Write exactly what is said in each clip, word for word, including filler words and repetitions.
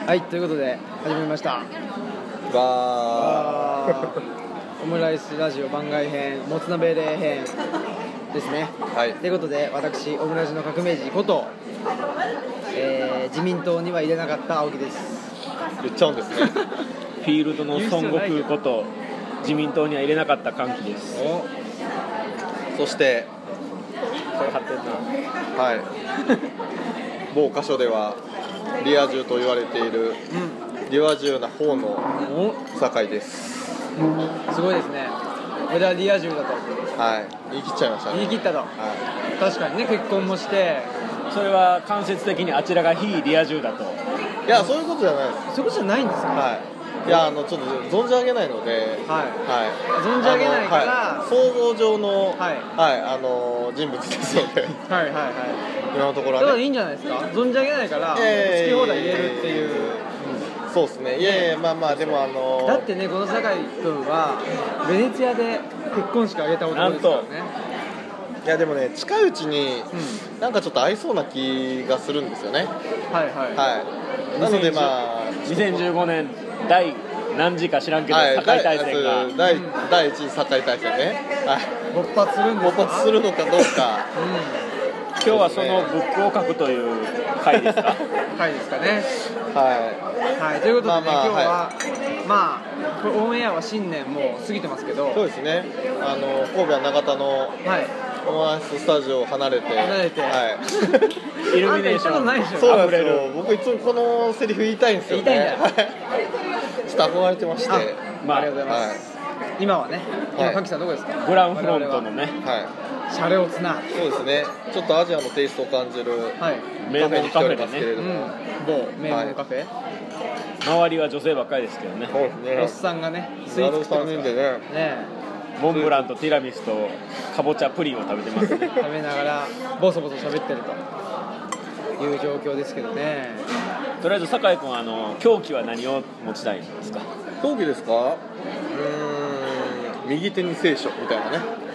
はい、ということで始めました。 わーオムライスラジオ番外編、もつ鍋霊編ですね。 はい。 ということで、私オムライスの革命児こと、えー、自民党には入れなかった青木です。 言っちゃうんですね。 フィールドの孫悟空こと自民党には入れなかった歓喜です。 お、 そしてこれ貼ってんな。 はい某箇所ではリア充と言われている、 うん、 リア充な方のお酒井です。 すごいですね。俺はリア充だとはい言い切っちゃいましたね。 言い切ったと、 は確かにね、結婚もして。 それは間接的にあちらが非リア充だと。 い、いやそういうことじゃないです。 そういうことじゃないんですか。 はいいやあのちょっと存じ上げないので、 はいはい、 存じ上げないから、 はい、想像上の、 はいはい、あの人物ですのではいはいはい、 今のところはね。 だからいいんじゃないですか。存じ上げないから好き放題言えるっていう。 そうですね。いやいやまあまあでもあのだってね、この酒井君はベネツィアで結婚式あげた男ですからね。 いやでもね近いうちになんかちょっと合いそうな気がするんですよね。 はいはい、 はい、なのでまあにせんじゅうごねん第何時か知らんけど、 はい、 堺大戦が第第一次堺大戦ね、はい、 勃発するんですか。 勃発するのかどうか、うん、 今日はそのブックを書くという回ですか回ですかね。 はいはい、ということでね、 まあまあ、 今日は、 はい、 まあこれオンエアは新年もう過ぎてますけど、 そうですね。あの神戸は長田のはいオムライススタジオを離れて離れて、 はいイルミネーションあんた行ったことないでしょ。 そうなんですよ。僕いつもこのセリフ言いたいんですよね。 言いたいんだ。 ちょっと憧れてまして、 あ、 まあ、 ありがとうございます、はい、今はね、今かきさんどこですか。 グランフロントのね、 はいシャレオツな、 そうですね、ちょっとアジアのテイストを感じるはい名門カフェでね、 けれども、 うん、某名門カフェ、はい、 周りは女性ばっかりですけどね。 そうですね。 おっさんがねスイーツ食ってますからね。ねモンブランとティラミスとかぼちゃプリンを食べてますね食べながらボソボソ喋ってるという状況ですけどね。 とりあえず酒井君はあの凶器は何を持ちたいんですか。 闘技ですか。うーん、右手に聖書みたいなね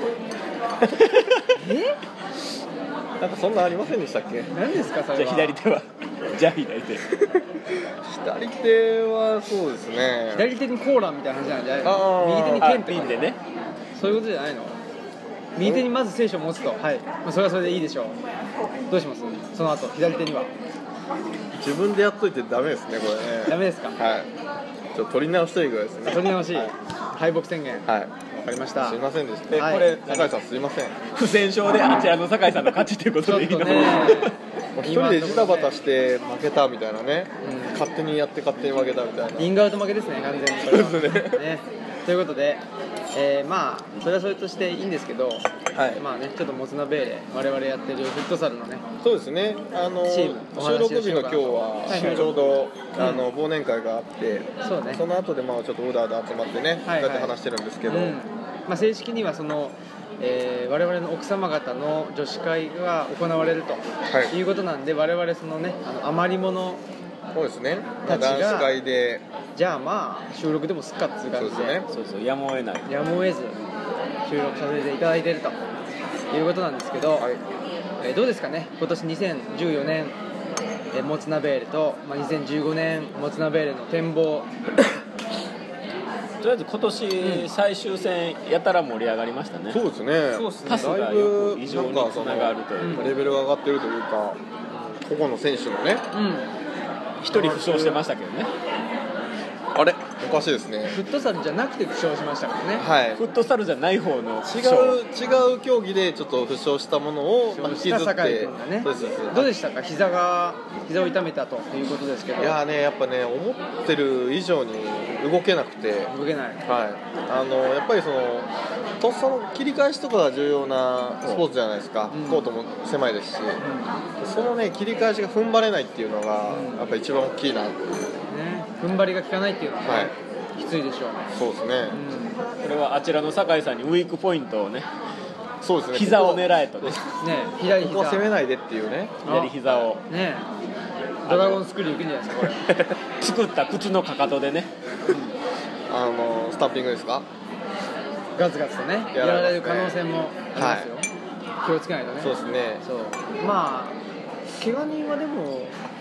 えなんかそんなありませんでしたっけ。 何ですかそれは。 じゃあ左手はじゃあ左手左手はそうですね。 左手にコーラみたいな話なんじゃないの。 あ右手にあ剣ってピンでね。 そういうことじゃないの。右手にまず聖書を持つと、はい、まあ、それはそれでいいでしょう。どうしますその後左手には。 自分でやっといてダメですねこれね。 ダメですか。 はい、ちょっと取り直したいぐらいですね。 取り直し、 はい、 敗北宣言。 はい、 わかりました。 すいませんでした。 はい、 これ酒井さんすいません。 不戦勝であちらの酒井さんの勝ちということでいいの。 ちょっとね一人でジタバタして負けたみたいなね、 うん、 勝手にやって勝手に負けたみたいな。 イングアウト負けですね完全にそれは。 そうですね。 ね、ということで、えー、まあそれはそれとしていいんですけど、 はい、 まあねちょっともつ鍋で我々やってるフットサルのね、 そうですね、あのチーム収録日の今日はちょうど、あの忘年会があって、 そうね、 その後でまあちょっとオーダーで集まってね、 はいはい、 こうやって話してるんですけど、 うん、まあ、正式にはその、えー、我々の奥様方の女子会が行われると、はい、いうことなんで、我々そのねあの余り物そうですね、 たちが男子会でじゃあまあ収録でもすっかっつう感じで、 そうですね、 そうそうやむを得ないやむを得ず収録させていただいているということなんですけど、はい、えー、どうですかね今年にせんじゅうよねん、えー、もつ鍋ーレと、まあ、にせんじゅうごねんもつ鍋ーレの展望とりあえず今年最終戦やたら盛り上がりましたね。 そうですね、 そうですね、パスがよく異常につながるという、 うん、レベルが上がってるというか、個々の選手のね、 一、うん、人負傷してましたけどね。 あれおかしいですね。 フットサルじゃなくて負傷しましたからね。 はい、 フットサルじゃない方の違う違う競技でちょっと負傷したものを引きずって、酒井君がね、どうでしたか。膝が膝を痛めたということですけど。 いやねやっぱね思ってる以上に動けなくて動けない。 はい、あのやっぱりそのとっさの切り返しとかが重要なスポーツじゃないですか、うん、コートも狭いですし、うん、そのね切り返しが踏ん張れないっていうのが、うん、やっぱ一番大きいなっていう、 ね、踏ん張りが効かないっていうのは、ね、はい、きついでしょう。 そうですね、 うん、これはあちらの酒井さんにウィークポイントをね、 そうですね、 膝を狙えとね、 ね、左膝ここは攻めないでっていうね、 左膝をね、ドラゴンスクリューいくんじゃないですかこれ作った靴のかかとでね、 うん、 あのスタンピングですか、 ガツガツとねやられる可能性もありますよ、はい、気をつけないとね。 そうですね。 そう、まあ怪我人はでも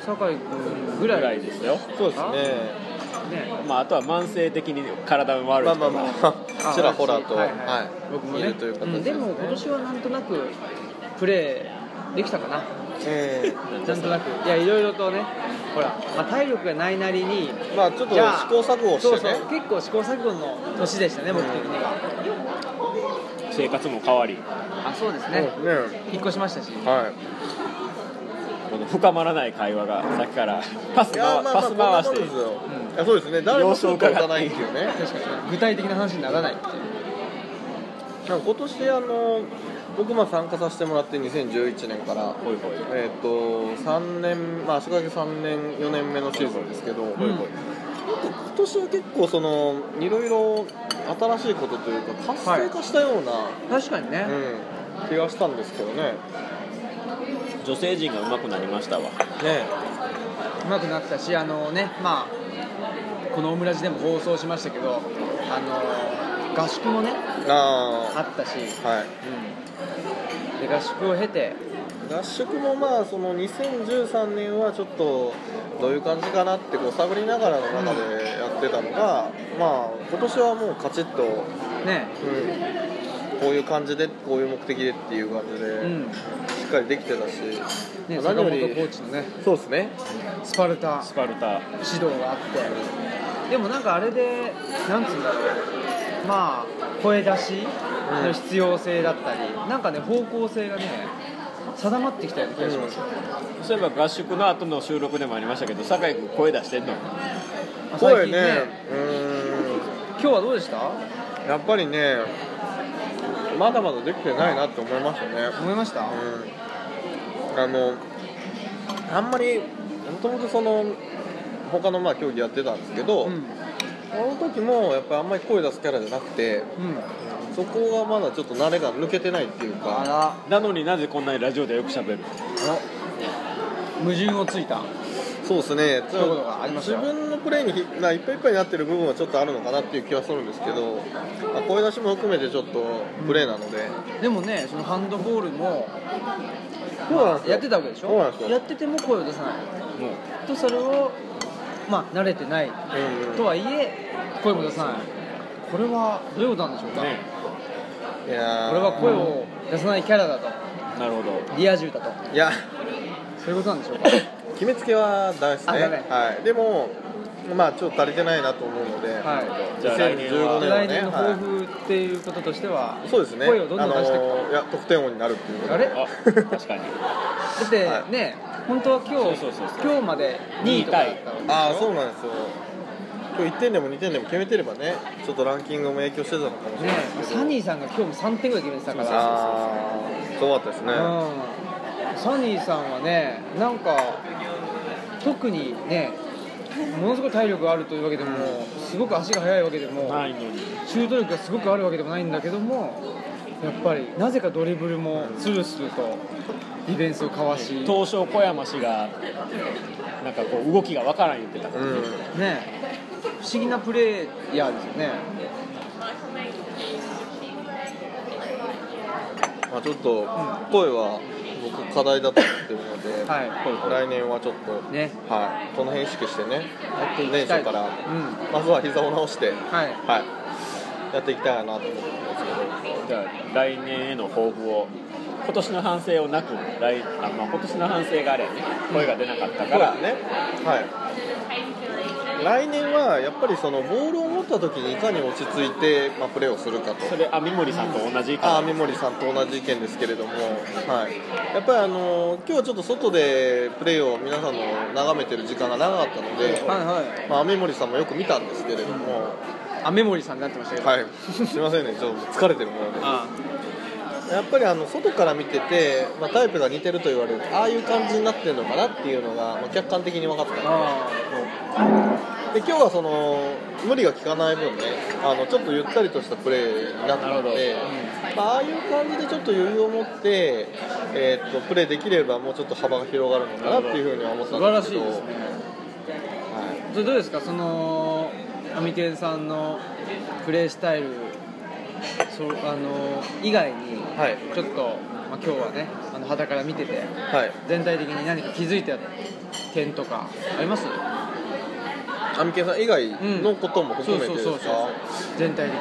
酒井君ぐらいですよ。 そうですね。 ね、 まあ、あとは慢性的に体も悪いまあまあまあちらほらと、 はいはいはい、 僕もねいるという形ですね、 うん、でも今年はなんとなくプレーできたかな、 えー、なんとなくいやいろいろとねほら、まあ、体力がないなりにまあちょっと試行錯誤をしてね、 そうそう結構試行錯誤の年でしたね、僕的には。 生活も変わり、 あ、そうですね、 ね、 引っ越しましたし、 はいこの深まらない会話がさっきからパスいやまあまあパス回してこんなもんですよ、いやそうですね、誰もそうとは言わないんですよね。 確かに具体的な話にならないっていう。 なんか今年あの僕も参加させてもらってにせんじゅういちねんからほいほいえっ、とさんねんまあ足掛けさんねんよねんめのシーズンですけど、ほいほい今年は結構そのいろいろ新しいことというか活性化したような、 確かにね、 うん、気がしたんですけどね。 女性陣が上手くなりましたわ。 ねうまくなったし、あのね、まあこのオムラジでも放送しましたけど、あの合宿もねああったし、 はいうん、で合宿を経て合宿もまあそのにせんじゅうさんねんはちょっとどういう感じかなってこう探りながらの中でやってたのが、うん、まあ今年はもうカチッとね、 うん、こういう感じでこういう目的でっていう感じで、うん、しっかりできてたし、 ね、坂本コーチのね、 そうですね、 スパルタスパルタ指導があって、でもなんかあれでなんつうんだろう、まあ声出しの必要性だったり、うん、なんかね方向性がね定まってきたような気がしますよ、 うん、そういえば合宿の後の収録でもありましたけど、酒井君声出してんの？ 声ね、うーん、 今日はどうでした？ やっぱりねまだまだできてないなって思いましたね。 思いました？ うん、あのあんまりもともとその他のまあ競技やってたんですけど、うん、あの時もやっぱりあんまり声出すキャラじゃなくて、うん、そこがまだちょっと慣れが抜けてないっていうか。 あら、なのになぜこんなにラジオでよく喋る？ 矛盾をついた。 そうですね、 そういうことがありましたよ。 自分のプレーにいっぱいいっぱいになってる部分はちょっとあるのかなっていう気はするんですけど、まあ、声出しも含めてちょっとプレーなので、 うん、でもね、そのハンドボールもそうなんですよ、 やってたわけでしょ。 そうなんですよ。 やってても声を出さない、うん、とそれをまあ慣れてない、うん、とはいえ声も出さない、これはどういうことなんでしょうか、ね、 いやこれは声を出さないキャラだと。 なるほど、 リア充だと。 いやそういうことなんでしょうか。 決めつけはダメですね。はい、でもまあちょっと足りてないなと思うので、はい、 じゃあ来年はね、来年の抱負っていうこととしては、 はい、そうですね、 声をどんどん出していく、 あのー、いや得点王になるっていう。 あれあ確かにだってね、はい、本当は今日そうそうそうそう今日までにいとかだったので、 ああそうなんですよ。今日いってんでもにてんでも決めてればね、ちょっとランキングも影響してたのかもしれないですけど、 ね、サニーさんが今日もさんてんぐらい決めてたから、 ああそうだったですね、 うん、サニーさんはね、なんか特にねものすごい体力があるというわけでも、すごく足が速いわけでもないのに、 シュート力がすごくあるわけでもないんだけども、やっぱりなぜかドリブルもスルスルとディフェンスをかわし、 東証小山氏がなんかこう動きがわからん言ってたから、うん、 ね、不思議なプレーヤーですよね。 まあ、ちょっと声は僕課題だと思ってるので、はい、来年はちょっと、ね、はい、この辺意識してね、 やっていきたい、 年初から、うん、まずは膝を直して、はいはい、やっていきたいなと思ってますけど、 じゃあ来年への抱負を、今年の反省をなく、来あ、まあ、今年の反省があれね、声が出なかったから、 うん、ね、はい、来年はやっぱりそのボールを持った時にいかに落ち着いて、まあ、プレーをするかと。 それあ三森さんと同じ意見。 あ三森さんと同じ意見ですけれども、はい、やっぱりあの今日はちょっと外でプレーを皆さんの眺めてる時間が長かったので、はいはい、まあ、三森さんもよく見たんですけれども、 あメモリさんになってましたけど、 はい、すいませんね、ちょっと疲れてるもので。ああやっぱりあの外から見てて、まあ、タイプが似てると言われる、ああいう感じになってるのかなっていうのが、まあ、客観的に分かったんです。で今日はその無理が効かない分ね、あのちょっとゆったりとしたプレーになったので、うん、まあ、ああいう感じでちょっと余裕を持って、えー、っとプレーできればもうちょっと幅が広がるのかなっていうふうには思ったんですけど。 素晴らしいですね、はい、それどうですか、そのアミテンさんのプレースタイル、そうあの以外にちょっと、はい、まあ、今日はねあの肌から見てて、はい、全体的に何か気づいた点とかあります？ アミケンさん以外のことも含めてですか？ そうそうそうそう全体的に。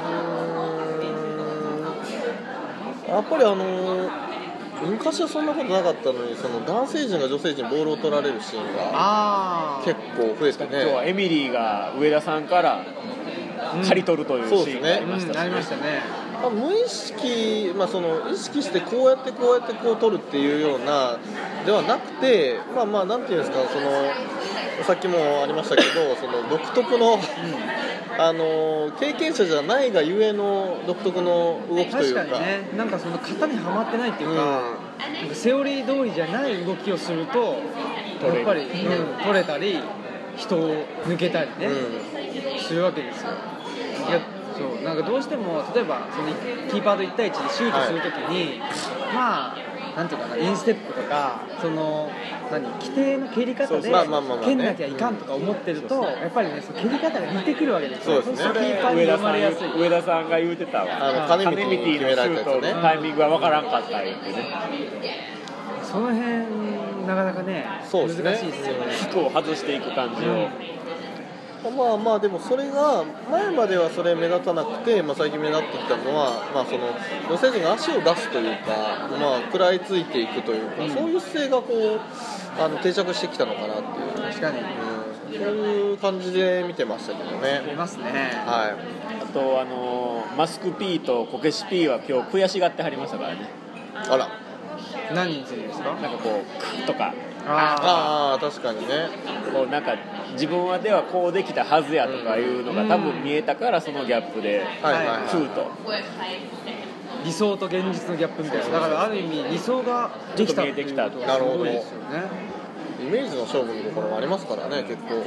やっぱりあのー、昔はそんなことなかったのに、その男性陣が女性陣にボールを取られるシーンが結構増えてね。 今日はエミリーが上田さんから刈り取るというシーンがありましたし、ね、 うん、ありましたね。 無意識、まあ、その意識してこうやってこうやってこう取るっていうようなではなくて、まあまあなんていうんですか、そのさっきもありましたけど、その独特の、うん、あの経験者じゃないがゆえの独特の動きというか、 確かにね、なんかその型にはまってないっていうか、うん、なんかセオリー通りじゃない動きをするとやっぱり、うん、取れたり人を抜けたりね、うん、するわけですよ。いやそうなんかどうしても例えばそのキーパーといち対いちでシュートするときに、はい、まあなんていうかな、インステップとかその何規定の蹴り方で蹴んなきゃいかんとか思ってると、やっぱりねその蹴り方が似てくるわけですよ。 そうですね。 キーパーに読まれやすい。 上田さんが言うてたわ。 あのカネミティに決められたやつね。 タイミングがわからんかった言ってね。 その辺なかなかね難しいですよね。 服を外していく感じを。うんまあまあでもそれが前まではそれ目立たなくて、まあ、最近目立ってきたのは、まあ、その女性陣が足を出すというか、まあ、食らいついていくというか、うん、そういう姿勢がこうあの定着してきたのかなっていう、 確かに、 うん、そういう感じで見てましたけどね。 見ますね、 はい、 あとあのマスク P とこけし P は今日悔しがってはりましたからね。 あら、 何についてですか？ なんかこうクッとかああ確かにね、 こうなんか自分はではこうできたはずやとかいうのが多分見えたから、そのギャップでクーと理想と現実のギャップみたいな、だからある意味理想ができたっていうことがすごいですよね。 イメージの勝負のところもありますからね、結構、うん、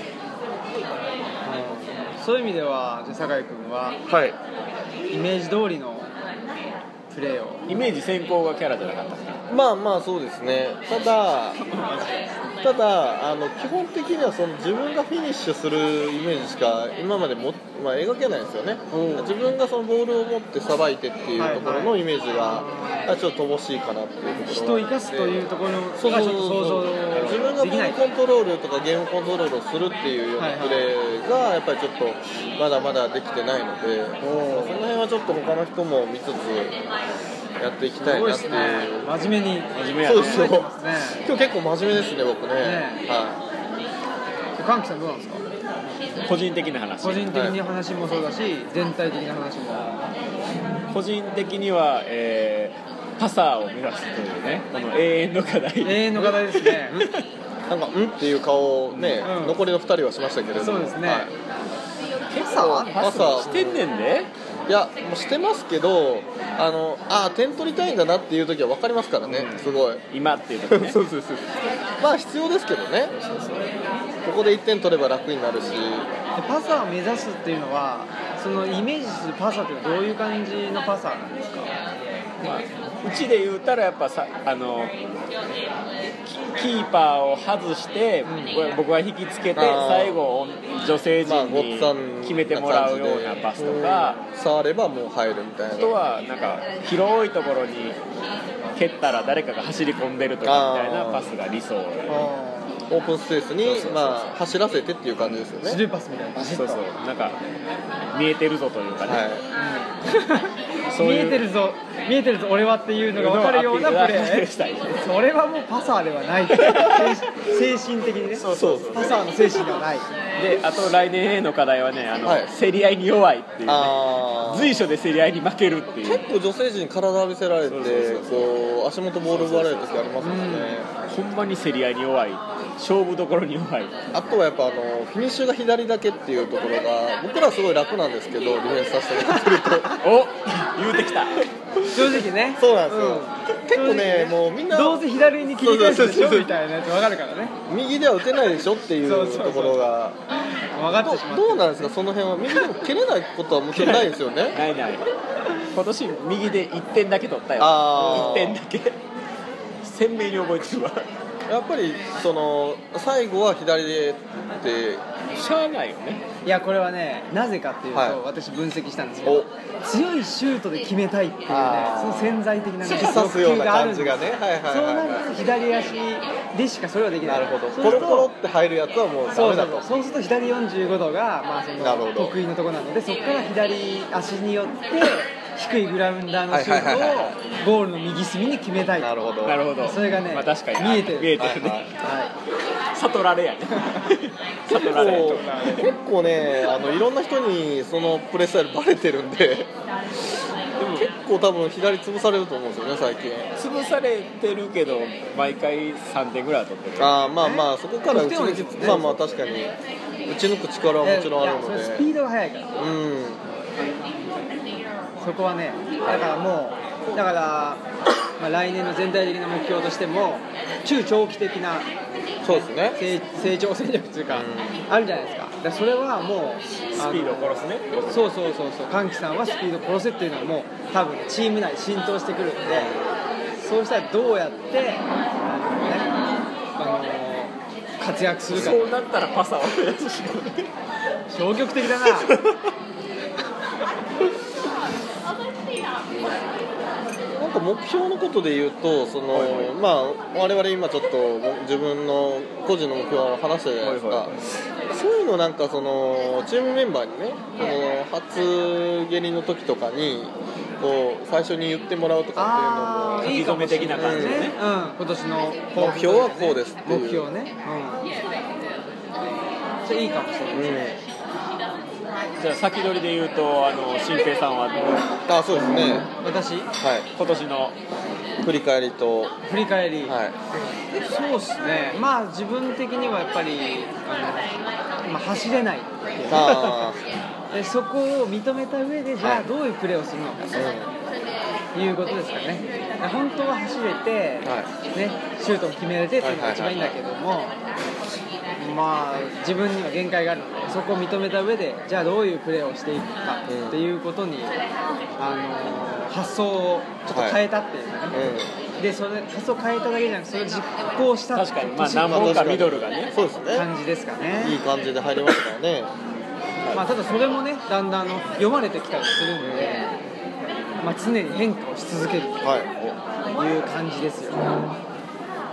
そういう意味ではじゃあ酒井君は、はい、イメージ通りのプレーを、 イメージ先行がキャラじゃなかったですか？ まあまあそうですね。ただただあの基本的にはその自分がフィニッシュするイメージしか今までも、まあ、描けないんですよね。自分がそのボールを持ってさばいてっていうところのイメージがちょっと乏しいかなっていうところがあって、 人を生かすというところがちょっと想像できない。 自分がボールコントロールとかゲームコントロールをするっていうようなプレーがやっぱりちょっとまだまだできてないので、その辺はちょっと他の人も見つつやっていきたいなっていう。ね、 真面目に真面目やね。そうですよ、ね、今日結構真面目ですね僕ね。ね、 はい。神木さんどうなんですか？ 個人的な話。 個人的な話もそうだし、はい、全体的な話も。 個人的には、えー、パサーを目指すというね、この永遠の課題。 永遠の課題ですね。 なんかうんっていう顔をね、うん、残りのふたりはしましたけれども。 そうですね。はい、 結構パサーしてんねんで。 いやもうしてますけど、あのあ点取りたいんだなっていう時は分かりますからね、うん、すごい今っていう時ね。 そうそうそう。まあ必要ですけどね。そうそう、ここでいってん取れば楽になるし。 パサーを目指すっていうのは、そのイメージするパサーってどういう感じのパサーなんですか？ まあ、うちで言うたらやっぱさ、あのキーパーを外して、うん、僕が引きつけて最後女性陣に決めてもらうようなパスとか、 触ればもう入るみたいな。 あとはなんか広いところに蹴ったら誰かが走り込んでるとかみたいなパスが理想。 オープンスペースにそうそうそう、まあ、走らせてっていう感じですよね。 スルーパスみたいな。 そうそう、なんか見えてるぞというかね、はいうん、そういう見えてるぞ見えてるぞ俺はっていうのが分かるようなプレー。それはもうパサーではない精神的にね。 そうそうそう、 パサーの精神ではない。 で、あと来年への課題はね、あの、はい、競り合いに弱いっていうね、随所で競り合いに負けるっていう。 結構女性陣に体浴びせられて、こう足元ボール奪われる時ありますもんね。 ほんまに競り合いに弱い、勝負どころに弱い。 あとはやっぱあのフィニッシュが左だけっていうところが僕らはすごい楽なんですけど、ディフェンスさせてもらってるとお言うてきた。 正直ね。 そうなんですよ、うん、結構ね、もうみんなどうせ左に切り返すでしょみたいなやつ分かるからね。 右では打てないでしょっていうところが分かってしまって。 どうなんですかその辺は。右でも蹴れないことはもちろんないですよね。 ないない。今年右でいってんだけ取ったよ。 あいってんだけ鮮明に覚えてるわ。 やっぱりその最後は左でってしゃあないよね。 いやこれはねなぜかっていうと、はい、私分析したんですけど強いシュートで決めたいっていうねその潜在的なね刺すような感じがね、はいはいはいはい、 そうなると左足でしかそれはできない。 なるほど。コロコロって入るやつはもうダメだと。 そうすると左よんじゅうごどが、まあ、その得意のところなのでそこから左足によって低いグラウンダーのシュートをゴールの右隅に決めたい。 なるほど。 なるほど。 それがね、 まあ、確かに見えてる。 見えてるね。はい。悟られやね。悟られ。 結構ね、あのいろんな人にそのプレースタイルバレてるんで。でも結構多分左潰されると思うんですよね最近。 潰されてるけど毎回さんてんぐらいは取ってる。 ああまあまあそこから打ち抜く、まあまあ確かに打ち抜く力はもちろんあるので。 スピードが速いから。 うん。 そこはね、だからもうだから、まあ、来年の全体的な目標としても中長期的な、 そうですね、 成長戦略というか、うん、あるじゃないですか。だからそれはもうスピードを殺すね。 そうそうそうそう。歓喜さんはスピードを殺せっていうのはもう多分チーム内浸透してくるんで、そうしたらどうやってあの、ね、あの活躍するか。 そうなったらパサーを増やすし消極的だな。 なんか目標のことで言うとその、はいはい、まあ我々今ちょっと自分の個人の目標を話したじゃないですか、はいはい、そういうのなんかそのチームメンバーにねこの初蹴りの時とかにこう最初に言ってもらうとかっていうのも書き留め的な感じでね、 うん、今年の目標はこうですっていう目標ね、うん、それいいかもしれないですね、うん。 じゃあ先取りで言うとあの新平さんはあそうですね私、 はい、 今年の振り返りと振り返り、 はい、 そうですね。まあ自分的にはやっぱりあの、まあ、走れないっていうあでそこを認めた上でじゃあどういうプレーをするのかと、うん、いうことですかね。本当は走れて、はいね、シュートを決めれてっていうのが一番いいんだけども、まあ自分には限界があるのでそこを認めた上でじゃあどういうプレーをしていくかっていうことに、あのー、発想をちょっと変えたっていうかね、はいうん、でそれ発想を変えただけじゃなくてそれを実行した確かに、まあ、何本かミドルがねそうですね感じですかね。 いい感じで入りましたからねまあ、ただそれもねだんだんあの読まれてきたりするので、まあ、常に変化をし続けるという感じですよ、はい、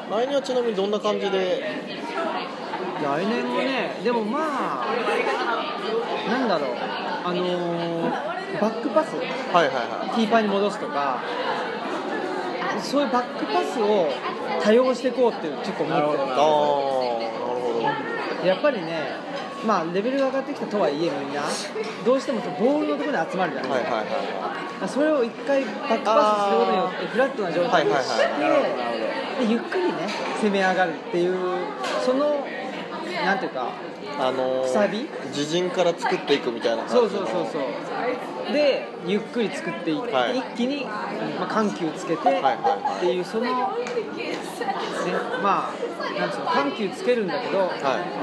来年はちなみにどんな感じで来年もねでもまあなんだろうあのー、バックパス、はいはいはい、 キーパーに戻すとかそういうバックパスを多用していこうっていうのを結構思ってる。 なるほど。 やっぱりねまあレベルが上がってきたとはいえみんなどうしてもボールのところに集まるじゃないですか、はいはいはいはい、それを一回バックパスすることによってフラットな状態にして、はいはいはい、でゆっくりね攻め上がるっていうそのなんていうかあのー、 くさび自陣から作っていくみたいな感じそうそうそうそうでゆっくり作っていって、はい、一気に、まあ、緩急つけて、はいはいはい、っていうその、ね、まあなんつうの緩急つけるんだけど、はい、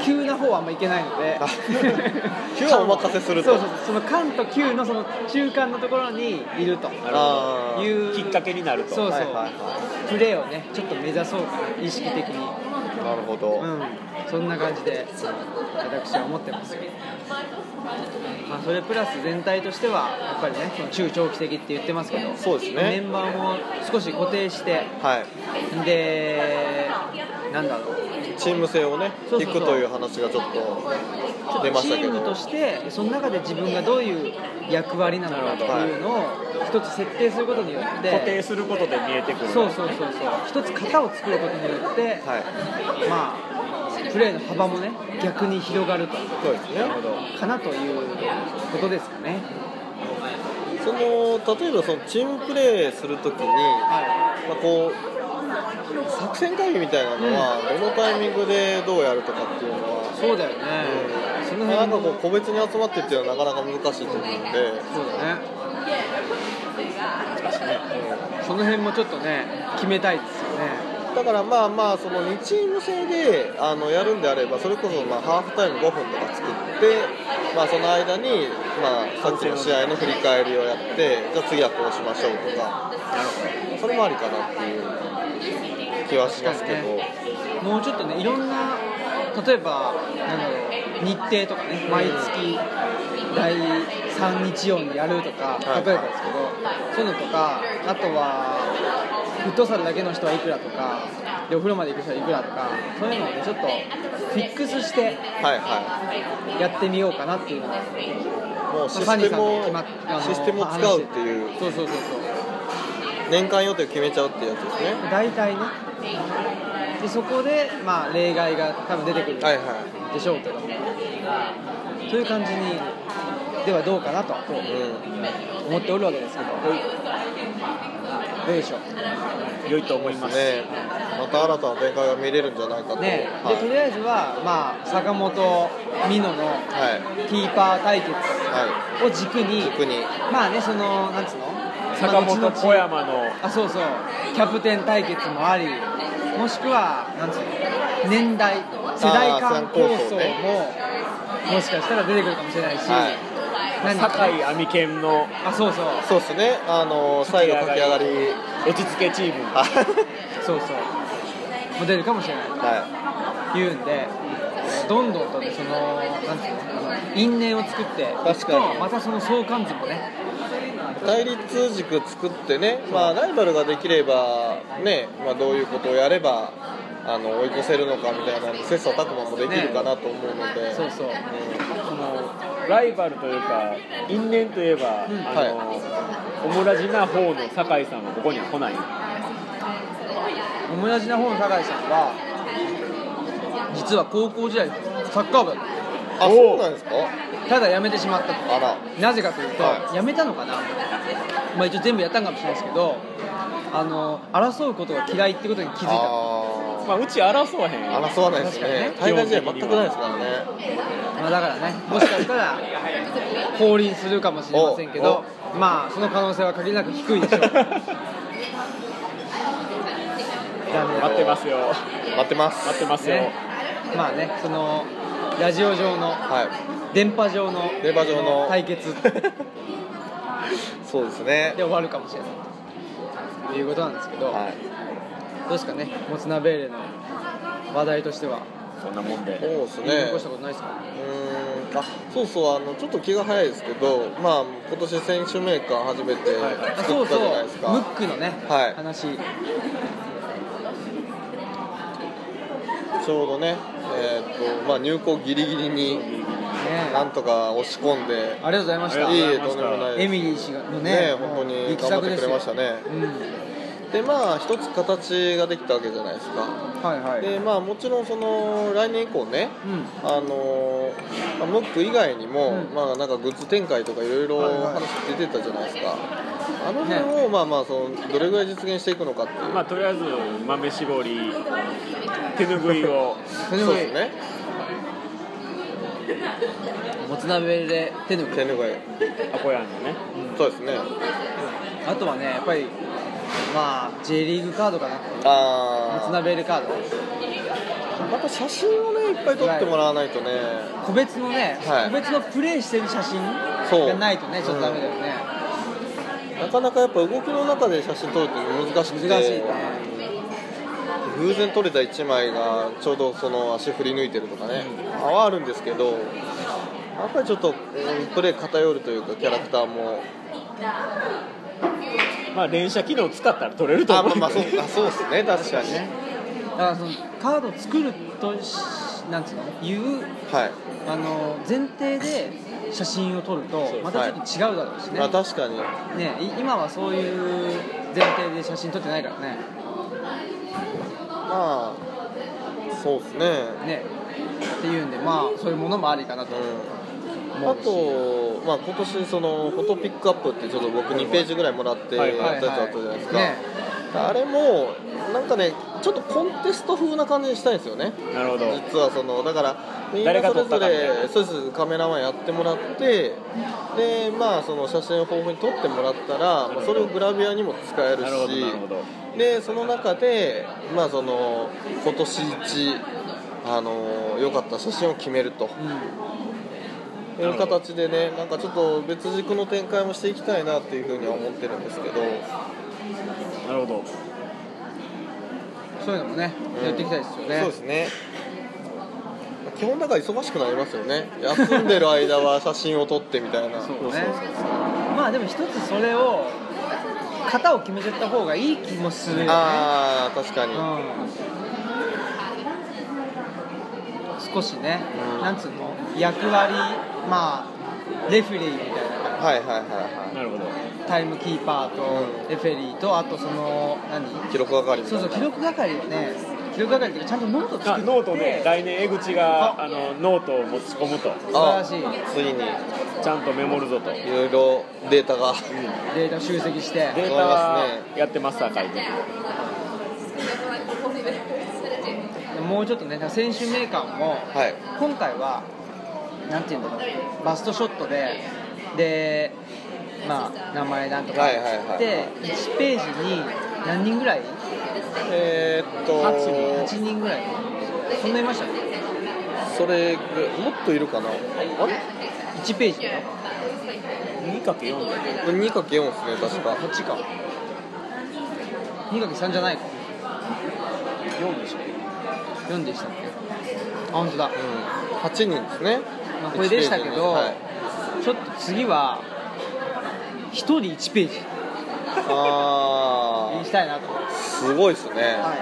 急な方はあんまいけないので急はお任せするとそうそうその緩と急のその中間のところにいるというきっかけになるとそうそう、はいはいはい、プレーをねちょっと目指そうかな意識的に。 なるほど、 うん、そんな感じで私は思ってますよ。まあ、それプラス全体としてはやっぱりねその中長期的って言ってますけどそうですねメンバーも少し固定して、はい、でなんだろうチーム性をね引くという話がちょっと出ましたけどチームとしてその中で自分がどういう役割なのかっていうのを一つ設定することによって固定することで見えてくるそうそうそうそう一つ型を作ることによって、はい、まあプレーの幅もね逆に広がるとそうですねかなということですかね。 その例えばそのチームプレーするときに、はいまあ、こう作戦会議みたいなのは、うん、どのタイミングでどうやるとかっていうのはそうだよね、 うん、その辺なんかこう個別に集まってっていうのはなかなか難しいと思うんでそうだね難しいね、うん、その辺もちょっとね決めたいですよね。 だからまあまあそのにチーム制であのやるんであればそれこそまあハーフタイムごふんとか作ってまあその間にまあさっきの試合の振り返りをやってじゃあ次はこうしましょうとかそれもありかなっていう気はしますけど、ね、 もうちょっとねいろんな例えばなんだろう日程とかね毎月だいさん日曜にやるとか例えばですけど、そういうのとかあとはフットサルだけの人はいくらとかでお風呂まで行く人はいくらとかそういうのをねちょっとフィックスしてやってみようかなっていうのを、 もうシステムをシステムを使うっていうそうそうそうそう年間予定を決めちゃうっていうやつですね。 大体ねでそこでまあ例外が多分出てくるでしょうけど、はいはい、そういう感じにではどうかなと思っておるわけですけど、うん、どうでしょう。 良いと思いますね。また新たな展開が見れるんじゃないかと、 ねはい、 でとりあえずは、まあ、坂本美濃のキーパー対決を軸に、はい、軸にまあねそのなんつうの坂本小山のあそうそうキャプテン対決もありもしくはなんつうの年代世代間構想ももしかしたら出てくるかもしれないし、はい、 酒井亜美健のあそうそうそうですねあの最後駆け上がり落ち着けチームそうそうも出るかもしれないと、はい、いうんでどんどんとねそのなんていうの因縁を作って確かにまたその相関図もね対立軸作ってね、まあ、ライバルができれば、ねまあ、どういうことをやればあの追い越せるのかみたいな切磋琢磨もできるかなと思うので、 ね、そうそう、うん、 そのライバルというか因縁といえば、うん、あの、はい、オムラジな方の酒井さんはここには来ない。 オムラジな方の酒井さんは実は高校時代サッカー部だった。 あ、そうなんですか。 ただ辞めてしまったと。 あら。 なぜかというと、 はい、 辞めたのかな、まあ、一応全部やったんかもしれないですけどあの争うことが嫌いってことに気づいた。 あ、まあ、うち争わへん争わないですね。大会試合全くないですからね。 まあ、だからねもしかしたら降臨するかもしれませんけどまあその可能性は限りなく低いでしょう。 待ってますよ待ってます待ってますよ、 ね、まあねそのラジオ上の、はい、電波上の電波上の対決そうですねで終わるかもしれないということなんですけど、はい、どうですかねもつ鍋入れの話題としてはそんなもんでそうですね言い残したことないですか。 うーんあそうそうあのちょっと気が早いですけど、まあ、今年選手メーカー初めて作ったじゃないですか、 はいはい、そうそうムックのね、はい、話ちょうどね、えーとまあ、入校ギリギリになんとか押し込んで、ね、 ありがとうございました。 いいえとんでもないです。 エミリー氏のね、 ね本当に頑張ってくれましたね。うん、でまあ一つ形ができたわけじゃないですか。 はいはい。 でまあもちろんその来年以降ね、うん、あのまあ、ムック以外にも、うん、まあなんかグッズ展開とかいろいろ話出てたじゃないですか。あの辺を、ね、まあまあそのどれぐらい実現していくのかっていう。 まあとりあえず豆絞り手ぬぐいを手ぬぐいそうですね。もつ鍋で手ぬぐい手ぬぐいアコヤンのね、 うん、そうですね。 あとはねやっぱりまあ J リーグカードかな。 あもつ鍋でカードまた写真をねいっぱい撮ってもらわないとね、 個別のね、はい、個別のプレイしてる写真がないとねちょっとダメだよね、 うん、なかなかやっぱ動きの中で写真撮るって難しくて難しいね。 偶然撮れたいちまいがちょうどその足振り抜いてるとかね、うん、はあるんですけどやっぱりちょっと、うん、プレー偏るというかキャラクターもまあ連写機能使ったら撮れると思う。 あ、まあ、まあそうあそうですね確かにね。 だからそのカードを作るとなんつうのいう、はい、あの前提で写真を撮るとまたちょっと違うだろうしね、 はい、まあ確かにね今はそういう前提で写真撮ってないからね。 まあそうですねねっていうんでまあそういうものもありかなと、 うん、あと、まあ、今年そのフォトピックアップってちょっと僕にページぐらいもらってやったやつあったじゃないですか、はいはいはいね、あれもなんかねちょっとコンテスト風な感じにしたいんですよね。 なるほど。 実はそのだからみんなそれぞれそうですカメラマンやってもらってでまあその写真を豊富に撮ってもらったら、まあ、それをグラビアにも使えるしなるほどなるほど。 でその中でまあその今年一あの良かった写真を決めると、うん、いう形でねなんかちょっと別軸の展開もしていきたいなっていうふうには思ってるんですけど。 なるほど。 そういうのもね、うん、やっていきたいですよね。 そうですね。基本だから忙しくなりますよね。休んでる間は写真を撮ってみたいな。 そうね。まあでも一つそれを型を決めちゃった方がいい気もするよね。 ああ確かに、うん、 少しね、うん、なんつうの役割、まあレフェリーみたいな、 はいはいはいはい、 なるほど。 タイムキーパーとレフェリーと、あとその何記録係みたいな。 そうそう記録係をね、記録係っていうかちゃんとノート作って、 ノートね、来年江口があのノートを持ち込むと、 素晴らしい。 ついにちゃんとメモるぞと、 いろいろデータが、うん、 データ集積してデータやってますさ書いて。 もうちょっとね、選手名鑑も、はい、今回はなんていうんだろう、バストショットででまあ名前なんとかって、はいはいはい、いちページに何人ぐらい？ えー、っとはちにん、はちにんぐらい、そんないましたね。 それもっといるかな。あれ？ いちページだよ。 にかけよんにかけよん ですね、確か。 こっちか。にかけさんじゃないか。 よんでしょ。 よんでしたっけ。あ、本当だ。うん、 はちにんですね。 まあ、これでしたけど、はい、ちょっと次はひとりいちページ。 ああ。 にしたいなと。 すごいですね。 はい。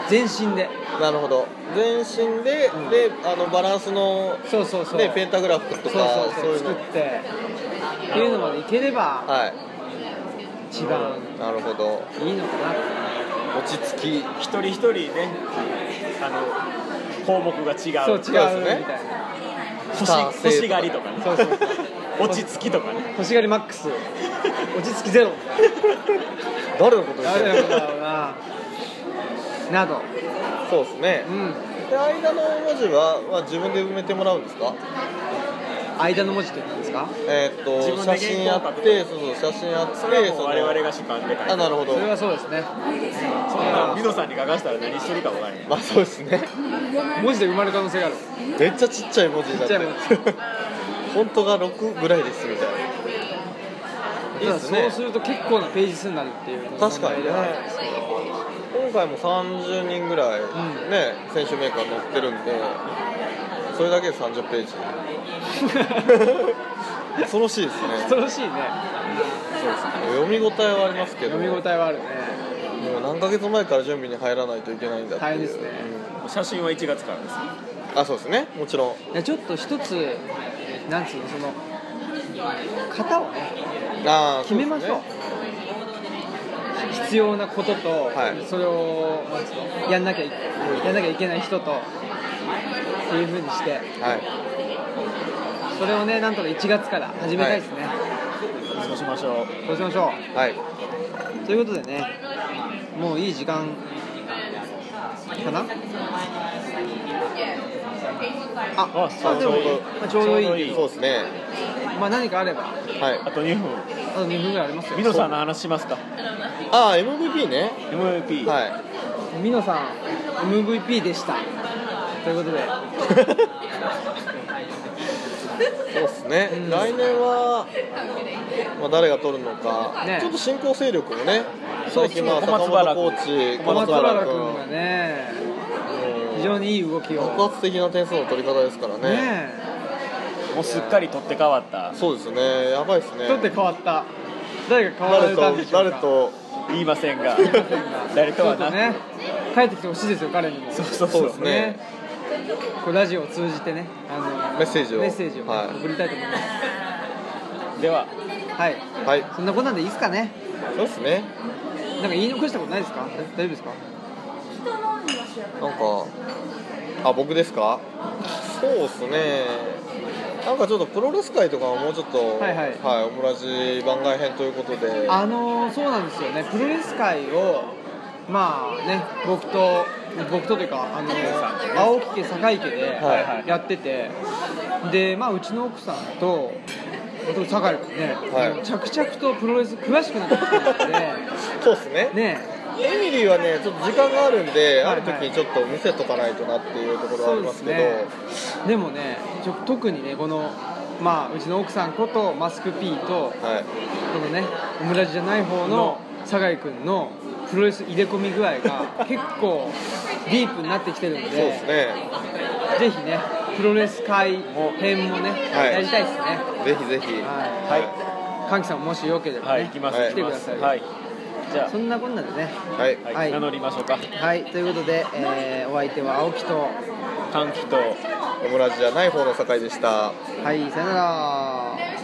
全身で。 なるほど。全身で、うん、であのバランスのそうそうそう、 ね、ペンタグラフとかそうそうそう、そういうの作ってっていうのまでいければ、はい、一番なるほどいいのかな。 落ち着き一人一人ね、あの項目が違う。 そう違うみたいな。 星星狩りとかね。そうそうそう落ち着きとかね。 星狩りマックス。落ち着きゼロ。 誰のことですか。 誰のことだろうな。など。 そうですね。うん。で間の文字は、まあ、自分で埋めてもらうんですか。 間の文字って言うんですか。 えー、っと写真あって、そうそう写真あって、 それはもう我々が主観で書いて。 あ、なるほど。 それはそうですね。 そんなミノさんに書かせたら何してるか分からへん。 まあそうですね。 文字で生まれる可能性がある。 めっちゃちっちゃい文字になってる。フォントがろくぐらいですみたいな。 いいですね。そうすると結構なページ数になるっていう。 確かにね。今回もさんじゅうにんぐらい、ね、うん、選手メーカー載ってるんで、それだけでさんじゅうページ。恐ろしいですね。 恐ろしいね。 そうですね。読み応えはありますけど。 読み応えはあるね。 もう何ヶ月前から準備に入らないといけないんだっていう。 大変ですね。 うん、写真はいちがつからです。 あ、そうですね。もちろん。 いやちょっと一つなんつうのその型をね、 あ決めましょう。必要なことと、はい、それをなんつうのやんなきゃいやんなきゃいけない人とっていう風にして、はい、それをねなんとかいちがつから始めたいですね。はい、 そうしましょう。 そうしましょう。 はい。 ということでね、もういい時間かな。あ、あ、そうでもまあ、ちょうどいい。 そうですね。 まあ何かあれば。 はい。 あとにふん。 あとにふんぐらいありますよ。 ミノさんの話しますか。 ああ、エムブイピー ね。 エムブイピー。 はい。ミノさん エムブイピー でした。ということで。 そうですね、うん、来年は、まあ、誰が取るのか、ね、ちょっと新興勢力もね、最近は坂本コーチ、 小松原君がね、非常にいい動きを、 爆発的な点数の取り方ですからね、ねもうすっかり取って変わった、 そうですね、やばいですね、 取って変わった、誰が変わられたんでしょうか、 誰と言いませんが、誰とはなく、 ね、帰ってきてほしいですよ、彼にも。 そうそうそうですね。 こうラジオを通じてね、あのメッセージをメッセージを、ね、はい、送りたいと思います。 では、 はい、はい、そんなことなんでいいですかね。 そうですね。 なんか言い残したことないですか？大丈夫ですか？ なんか、あ、僕ですか？そうですね。なんかちょっとプロレス界とかももうちょっと、はいはい、はい、オムラジ番外編ということで、 あのー、そうなんですよね。プロレス界をまあね、僕と僕とというかあの青木家堺家でやってて、はい、でまあうちの奥さんと堺君ね、はい、着々とプロレス詳しくなってきてるので、 そうですね。 ね、 エミリーはねちょっと時間があるんで、はいはい、ある時にちょっと見せとかないとなっていうところはありますけど、 ね、でもねちょ特にねこのまあうちの奥さんことマスク P と、はい、このねオムラジじゃない方の堺君のプロレス入れ込み具合が結構ディープになってきてるので、 そうですね、 ぜひねプロレス界編もね、はい、やりたいですね。 ぜひぜひ、 はい、歓喜さんももしよければね、 はい、行きます、 来てください。 はい、じゃあそんなこんなでね、 はい、 はい、名乗りましょうか。 はい、ということで、えー、お相手は青木と歓喜とオムラジじゃない方の酒井でした。 はい、さよなら。